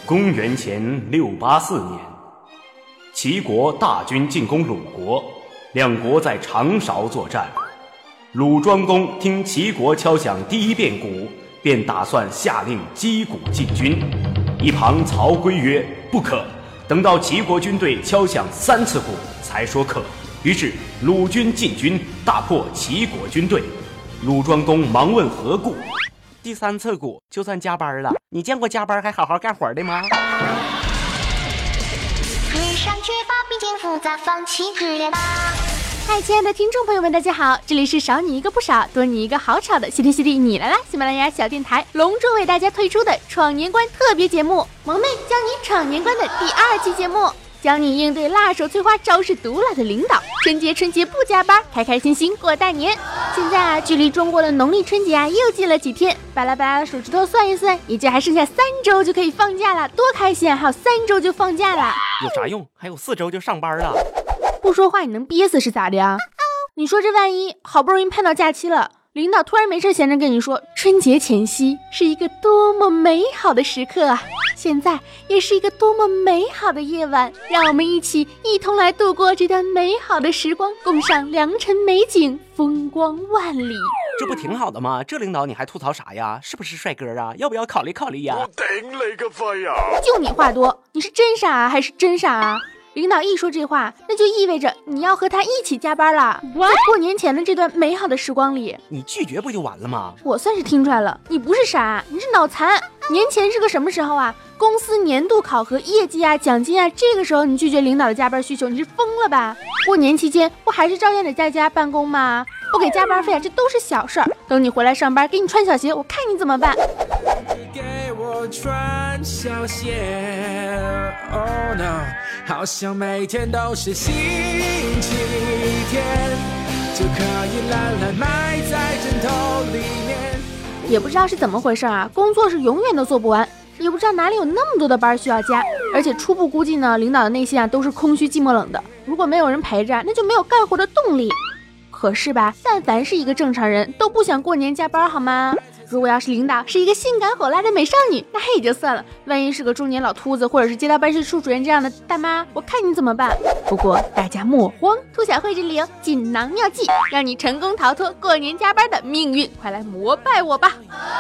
公元前684年，齐国大军进攻鲁国，两国在长勺作战。鲁庄公听齐国敲响第一遍鼓，便打算下令击鼓进军。一旁曹刿曰：“不可，等到齐国军队敲响3次鼓才说可。”于是鲁军进军，大破齐国军队。鲁庄公忙问何故。 第3次鼓就算加班了，你见过加班还好好干活的吗？ 日上缺乏并肩复杂，放弃治疗吧。 嗨，亲爱的听众朋友们，大家好，这里是少你一个不少，多你一个好吵的谢天谢地你来啦！喜马拉雅小电台隆重为大家推出的闯年关特别节目，萌妹教你闯年关的第2期节目，教你应对辣手摧花、招式毒辣的领导。春节不加班，开开心心过大年。现在距离中国的农历春节又近了几天，巴拉巴拉手指头算一算，也就还剩下3周就可以放假了，多开心啊！还有3周就放假了， 有啥用？还有4周就上班了。 不说话你能憋死是咋的呀？你说这万一好不容易盼到假期了，领导突然没事闲着跟你说，春节前夕是一个多么美好的时刻啊！现在也是一个多么美好的夜晚，让我们一同来度过这段美好的时光，共赏良辰美景，风光万里。 这不挺好的吗？这领导你还吐槽啥呀？是不是帅哥啊？要不要考虑考虑呀？ 我顶你个肺呀！ 就你话多，你是真傻啊还是真傻啊？领导一说这话，那就意味着你要和他一起加班了。在过年前的这段美好的时光里， 你拒绝不就完了吗？ 我算是听出来了，你不是傻，你是脑残。年前是个什么时候啊？公司年度考核、业绩啊、奖金啊，这个时候你拒绝领导的加班需求，你是疯了吧？过年期间不还是照样得在家办公吗？不给加班费啊，这都是小事儿。等你回来上班，给你穿小鞋，我看你怎么办。 给我穿小鞋 Oh no， 好像每天都是星期天，就可以懒懒埋在枕头里面。 也不知道是怎么回事啊，工作是永远都做不完，也不知道哪里有那么多的班需要加，而且初步估计呢，领导的内心啊都是空虚寂寞冷的。如果没有人陪着，那就没有干活的动力。可是吧，但凡是一个正常人都不想过年加班好吗？如果要是领导是一个性感火辣的美少女，那也就算了，万一是个中年老秃子或者是街道办事处主任这样的大妈，我看你怎么办。不过大家莫慌，兔小慧这里有锦囊妙计，让你成功逃脱过年加班的命运，快来膜拜我吧。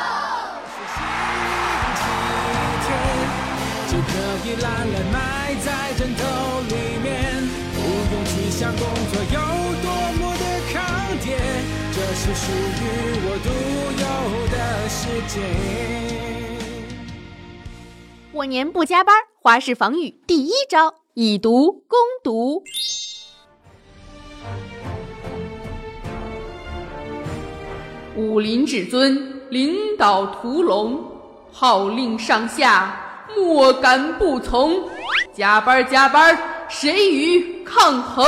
就可以懒懒埋在枕头里面，不用去想工作有多么的抗跌，这是属于我独有的世界。 过年不加班，花式防御第1招，以毒攻毒。武林至尊，领导屠龙，号令上下，莫敢不从。加班加班，谁与抗衡？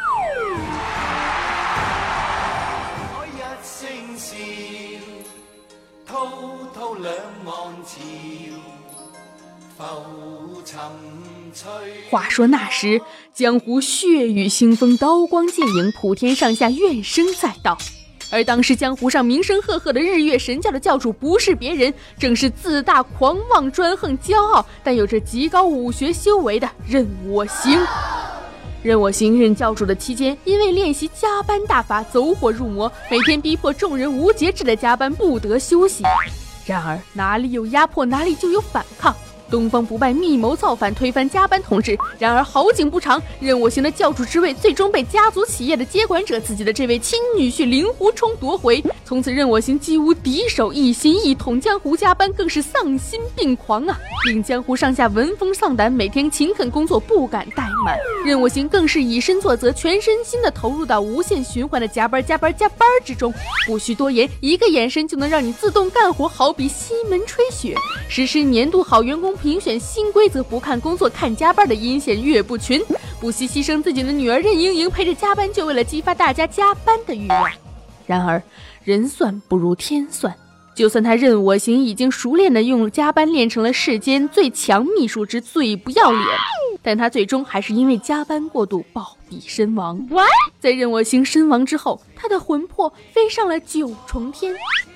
话说那时，江湖血雨腥风，刀光剑影，普天上下怨声载道。而当时江湖上名声赫赫的日月神教的教主不是别人，正是自大狂妄专横骄傲，但有着极高武学修为的任我行。任我行任教主的期间，因为练习加班大法，走火入魔，每天逼迫众人无节制的加班，不得休息。然而哪里有压迫，哪里就有反抗。东方不败密谋造反，推翻加班统治。然而好景不长，任我行的教主之位最终被家族企业的接管者自己的这位亲女婿令狐冲夺回。从此任我行既无敌手，一心一统江湖，加班更是丧心病狂啊，令江湖上下闻风丧胆，每天勤恳工作，不敢怠慢。任我行更是以身作则，全身心的投入到无限循环的加班之中。不需多言，一个眼神就能让你自动干活，好比西门吹雪。实施年度好员工评选新规则，不看工作看加班的阴险岳不群，不惜牺牲自己的女儿任盈盈陪着加班，就为了激发大家加班的欲望。然而人算不如天算，就算他任我行已经熟练的用加班练成了世间最强秘书之最不要脸，但他最终还是因为加班过度暴毙身亡。在任我行身亡之后，他的魂魄飞上了9重天。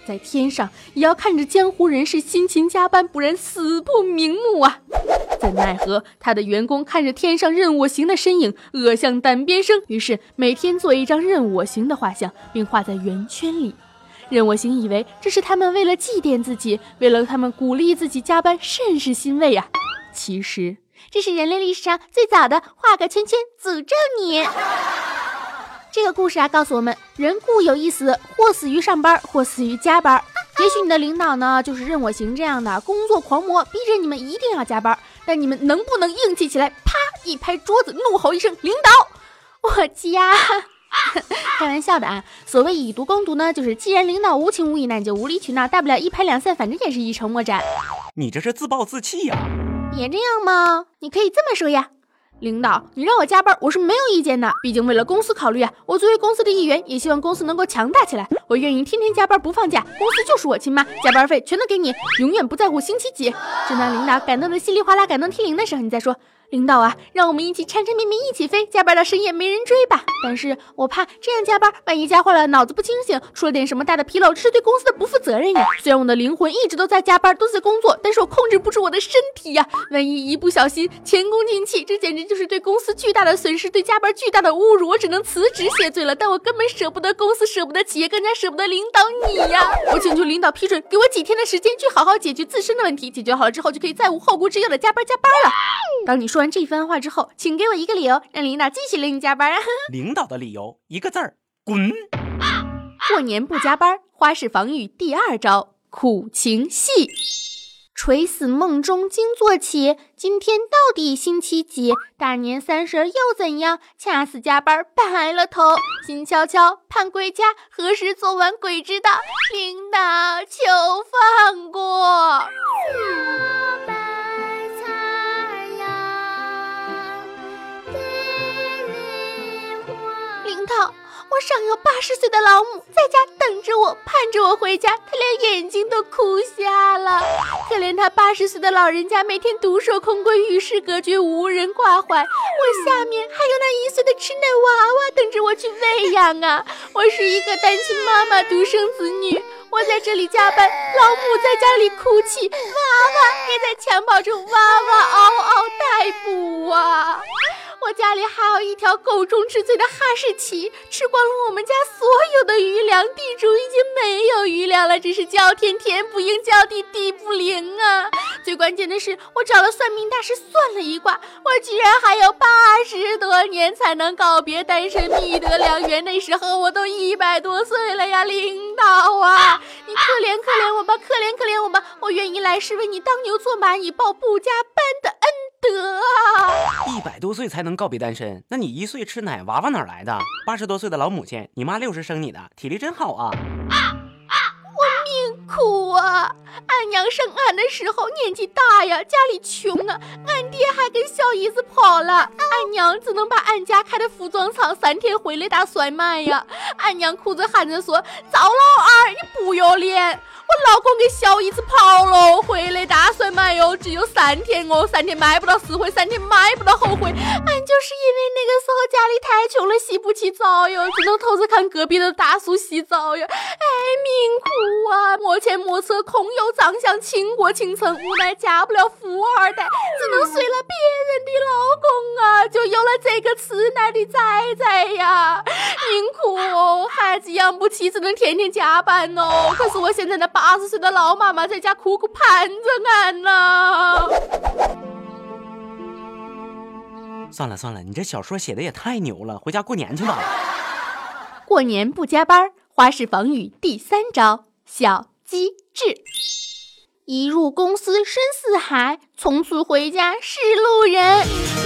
在天上也要看着江湖人士辛勤加班，不然死不瞑目啊！怎奈何他的员工看着天上任我行的身影，恶向胆边生，于是每天做一张任我行的画像，并画在圆圈里。任我行以为这是他们为了祭奠自己，为了他们鼓励自己加班，甚是欣慰啊！其实这是人类历史上最早的画个圈圈诅咒你。这个故事告诉我们，人固有一死，或死于上班，或死于加班。也许你的领导呢，就是任我行这样的工作狂魔，逼着你们一定要加班，但你们能不能硬气起来，啪一拍桌子，怒吼一声领导我加。开玩笑的啊，所谓以毒攻毒呢，就是既然领导无情无义，那你就无理取闹，大不了一拍两散，反正也是一筹莫展。 你这是自暴自弃呀！ 别这样嘛，你可以这么说呀， 领导，你让我加班，我是没有意见的，毕竟为了公司考虑啊，我作为公司的一员，也希望公司能够强大起来，我愿意天天加班不放假，公司就是我亲妈，加班费全都给你，永远不在乎星期几。正当领导感动的稀里哗啦感动涕零的时候，你再说，领导啊，让我们一起缠缠绵绵一起飞，加班到深夜没人追吧。但是我怕这样加班，万一加坏了脑子不清醒，出了点什么大的纰漏，这是对公司的不负责任呀。虽然我的灵魂一直都在加班，都在工作，但是我控制不住我的身体呀。万一一不小心前功尽弃，这简直就是对公司巨大的损失，对加班巨大的侮辱。我只能辞职谢罪了，但我根本舍不得公司，舍不得企业，更加舍不得领导你呀。我请求领导批准，给我几天的时间去好好解决自身的问题，解决好了之后就可以再无后顾之忧的加班了。当你说完这番话之后，请给我一个理由，让领导继续领你加班啊！ 领导的理由一个字儿，滚！ 过年不加班，花式防御第2招，苦情戏。 垂死梦中惊坐起，今天到底星期几？大年30又怎样？恰似加班白了头，心悄悄盼归家，何时做完鬼知道？领导求放过。领导，我上有80岁的老母在家等着我，盼着我回家，她连眼睛都哭瞎了。可怜她80岁的老人家每天独守空闺，与世隔绝，无人挂怀。我下面还有那1岁的吃奶娃娃等着我去喂养啊！我是一个单亲妈妈，独生子女。我在这里加班，老母在家里哭泣，娃娃也在襁褓中哇哇嗷嗷待哺啊！我家里还有一条狗中之最的哈士奇，吃光了我们家所有的余粮，地主已经没有余粮了，只是叫天天不应，叫地地不灵啊！最关键的是，我找了算命大师算了一卦，我居然还有80多年才能告别单身，觅得良缘。那时候我都100多岁了呀，领导啊，你可怜可怜我吧，可怜可怜我吧，我愿意来世为你当牛做马，以报不加班的恩德啊 ！100多岁才能告别单身，那你1岁吃奶娃娃哪来的？80多岁的老母亲，你妈60生你的，体力真好啊！ 我命苦啊！俺娘生俺的时候年纪大呀，家里穷啊，俺爹还跟小姨子跑了，俺娘只能把俺家开的服装厂3天回来打甩卖呀。俺娘哭着喊着说：“糟老二，你不要脸！我老公跟小姨子跑了，回来打甩卖哟，只有3天哦，3天买不到4回，3天买不到后回。俺就是因为那个时候家里太穷了，洗不起澡哟，只能偷着看隔壁的大叔洗澡哟。哎，命苦啊！摩前摩车，空有长相，倾国倾城，无奈嫁不了富二代，只能睡了别人的老公啊，就有了这个吃奶的崽崽呀。命苦哦，孩子养不起，只能天天加班哦。可是我现在的80岁的老妈妈在家苦苦盼着俺呢。 算了算了，你这小说写的也太牛了，回家过年去吧。 过年不加班，花式防御第3招，小机智。 一入公司深似海，从此回家是路人。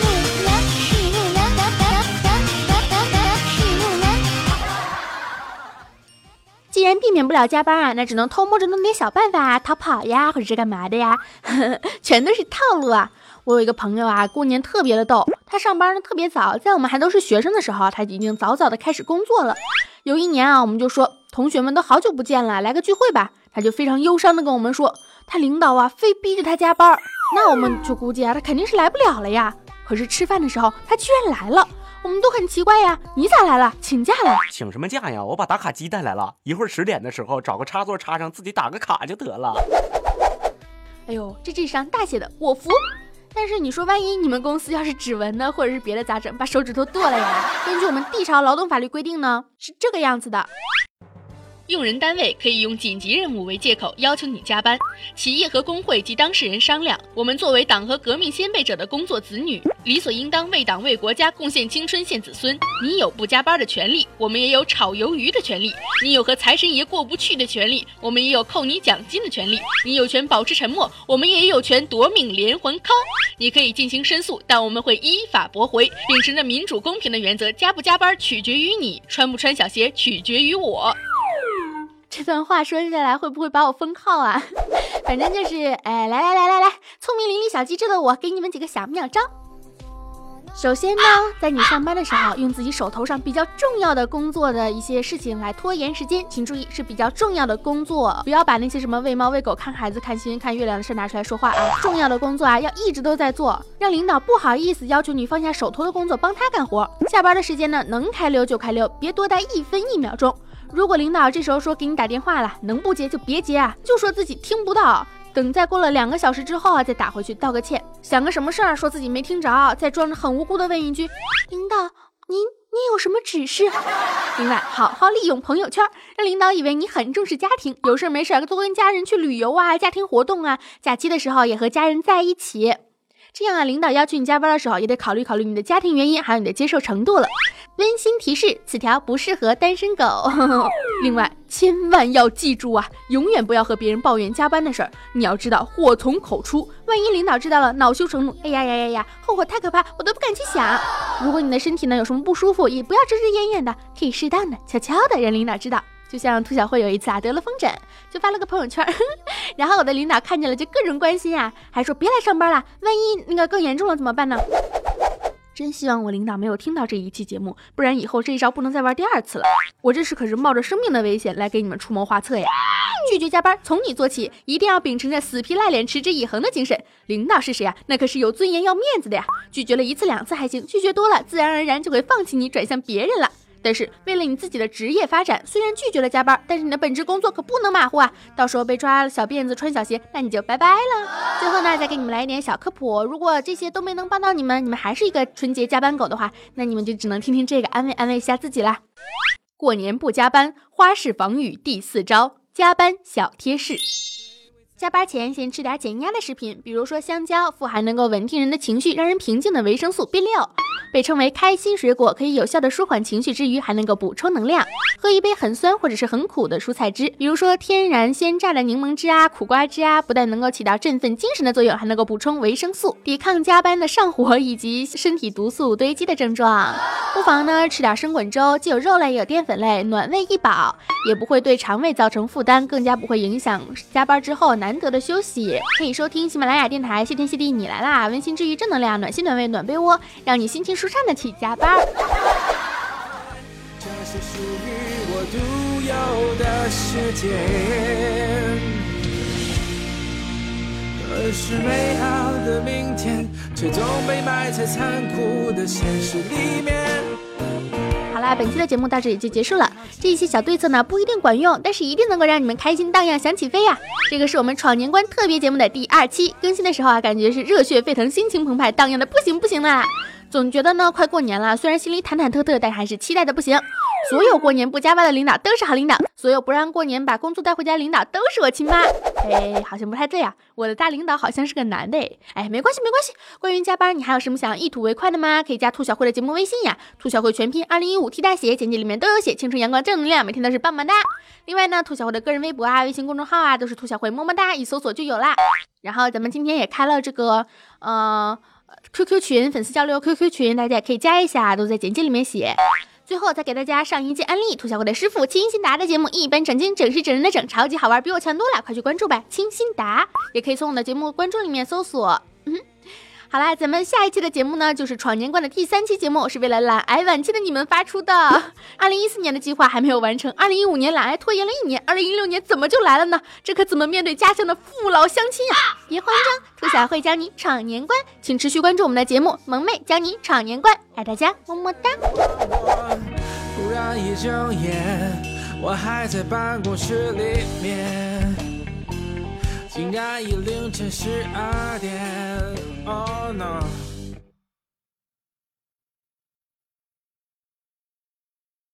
既然避免不了加班啊，那只能偷摸着弄点小办法啊，逃跑呀，或者是干嘛的呀，全都是套路啊。我有一个朋友啊，过年特别的逗，他上班呢特别早，在我们还都是学生的时候，他已经早早的开始工作了。有一年啊，我们就说同学们都好久不见了，来个聚会吧。他就非常忧伤的跟我们说，他领导啊非逼着他加班。那我们就估计啊，他肯定是来不了了呀。可是吃饭的时候，他居然来了。 我们都很奇怪呀。你咋来了？请假了？ 请什么假呀？我把打卡机带来了，一会儿10点的时候找个插座插上，自己打个卡就得了。 哎呦，这智商大写的我服。但是你说万一你们公司要是指纹呢，或者是别的咋整？把手指头剁了呀？根据我们帝朝劳动法律规定呢，是这个样子的。 用人单位可以用紧急任务为借口要求你加班，企业和工会及当事人商量。我们作为党和革命先辈者的工作子女，理所应当为党为国家贡献青春献子孙。你有不加班的权利，我们也有炒鱿鱼的权利；你有和财神爷过不去的权利，我们也有扣你奖金的权利；你有权保持沉默，我们也有权夺命连环 call。你可以进行申诉，但我们会依法驳回。秉承着民主公平的原则，加不加班取决于你，穿不穿小鞋取决于我。 这段话说下来会不会把我封号啊？反正就是，来，聪明伶俐小机智的我，给你们几个小妙招。首先呢，在你上班的时候，用自己手头上比较重要的工作的一些事情来拖延时间，请注意是比较重要的工作，不要把那些什么喂猫喂狗、看孩子、看新闻、看月亮的事拿出来说话啊！重要的工作啊，要一直都在做，让领导不好意思要求你放下手头的工作帮他干活。下班的时间呢，能开溜就开溜，别多待1分1秒钟。如果领导这时候说给你打电话了，能不接就别接啊，就说自己听不到，等再过了2个小时之后啊，再打回去道个歉，想个什么事儿说自己没听着，再装着很无辜的问一句：领导，您有什么指示？另外，好好利用朋友圈，让领导以为你很重视家庭，有事没事多跟家人去旅游啊，家庭活动啊，假期的时候也和家人在一起。这样啊，领导要求你加班的时候，也得考虑考虑你的家庭原因，还有你的接受程度了。温馨提示：此条不适合单身狗。另外，千万要记住啊，永远不要和别人抱怨加班的事儿。你要知道，祸从口出，万一领导知道了，恼羞成怒，哎呀，后果太可怕，我都不敢去想。如果你的身体呢有什么不舒服，也不要遮遮掩掩的，可以适当的、悄悄的让领导知道。就像兔小慧有一次啊得了风疹，就发了个朋友圈，然后我的领导看见了就各种关心啊，还说别来上班了，万一那个更严重了怎么办呢？真希望我领导没有听到这一期节目，不然以后这一招不能再玩第2次了。我这是可是冒着生命的危险来给你们出谋划策呀！拒绝加班从你做起，一定要秉承着死皮赖脸持之以恒的精神。领导是谁啊？那可是有尊严要面子的呀！拒绝了1次2次还行，拒绝多了自然而然就会放弃你，转向别人了。但是为了你自己的职业发展，虽然拒绝了加班，但是你的本职工作可不能马虎啊！到时候被抓了小辫子穿小鞋，那你就拜拜了。最后呢，再给你们来一点小科普，如果这些都没能帮到你们还是一个纯洁加班狗的话，那你们就只能听听这个安慰一下自己啦。过年不加班，花式防御第4招，加班小贴士。加班前先吃点减压的食品，比如说香蕉，富含能够稳定人的情绪，让人平静的维生素 B6，被称为开心水果，可以有效的舒缓情绪之余，还能够补充能量。喝一杯很酸或者是很苦的蔬菜汁，比如说天然鲜榨的柠檬汁啊、苦瓜汁啊，不但能够起到振奋精神的作用，还能够补充维生素，抵抗加班的上火以及身体毒素堆积的症状。不妨呢吃点生滚粥，既有肉类也有淀粉类，暖胃一饱，也不会对肠胃造成负担，更加不会影响加班之后难得的休息。可以收听喜马拉雅电台，谢天谢地你来啦，温馨治愈正能量，暖心暖胃暖被窝，让你心情舒畅的去加班。 这是属于我独有的世界，可是美好的明天却总被埋在残酷的现实里面。 好啦，本期的节目到这里就结束了。这一些小对策呢不一定管用，但是一定能够让你们开心荡漾想起飞呀！这个是我们闯年关特别节目的第2期，更新的时候啊，感觉是热血沸腾，心情澎湃，荡漾的不行啦。总觉得呢快过年了，虽然心里忐忐忑忑，但还是期待的不行。所有过年不加班的领导都是好领导，所有不让过年把工作带回家的领导都是我亲妈。好像不太对啊，我的大领导好像是个男的。没关系。关于加班，你还有什么想要一吐为快的吗？可以加兔小慧的节目微信呀，兔小慧全拼2015 T 大写，简介里面都有写，青春阳光正能量，每天都是棒棒哒。另外呢，兔小慧的个人微博啊、微信公众号啊，都是兔小慧么么哒，一搜索就有啦。然后咱们今天也开了这个QQ 群，粉丝交流 QQ 群，大家也可以加一下，都在简介里面写。最后再给大家上一键安利兔小慧的师傅清新达的节目，一本正经，整是整人的整，超级好玩，比我强多了，快去关注吧！清新达也可以从我的节目关注里面搜索。 好啦，咱们下一期的节目呢，就是闯年关的第3期节目，是为了懒癌晚期的你们发出的。2014年的计划还没有完成，2015年懒癌拖延了1年，2016年怎么就来了呢？这可怎么面对家乡的父老乡亲呀？别慌张，兔小慧教你闯年关，请持续关注我们的节目，萌妹教你闯年关，爱大家，么么哒。 突然一睁眼，我还在办公室里面，竟然已凌晨12点。Oh no。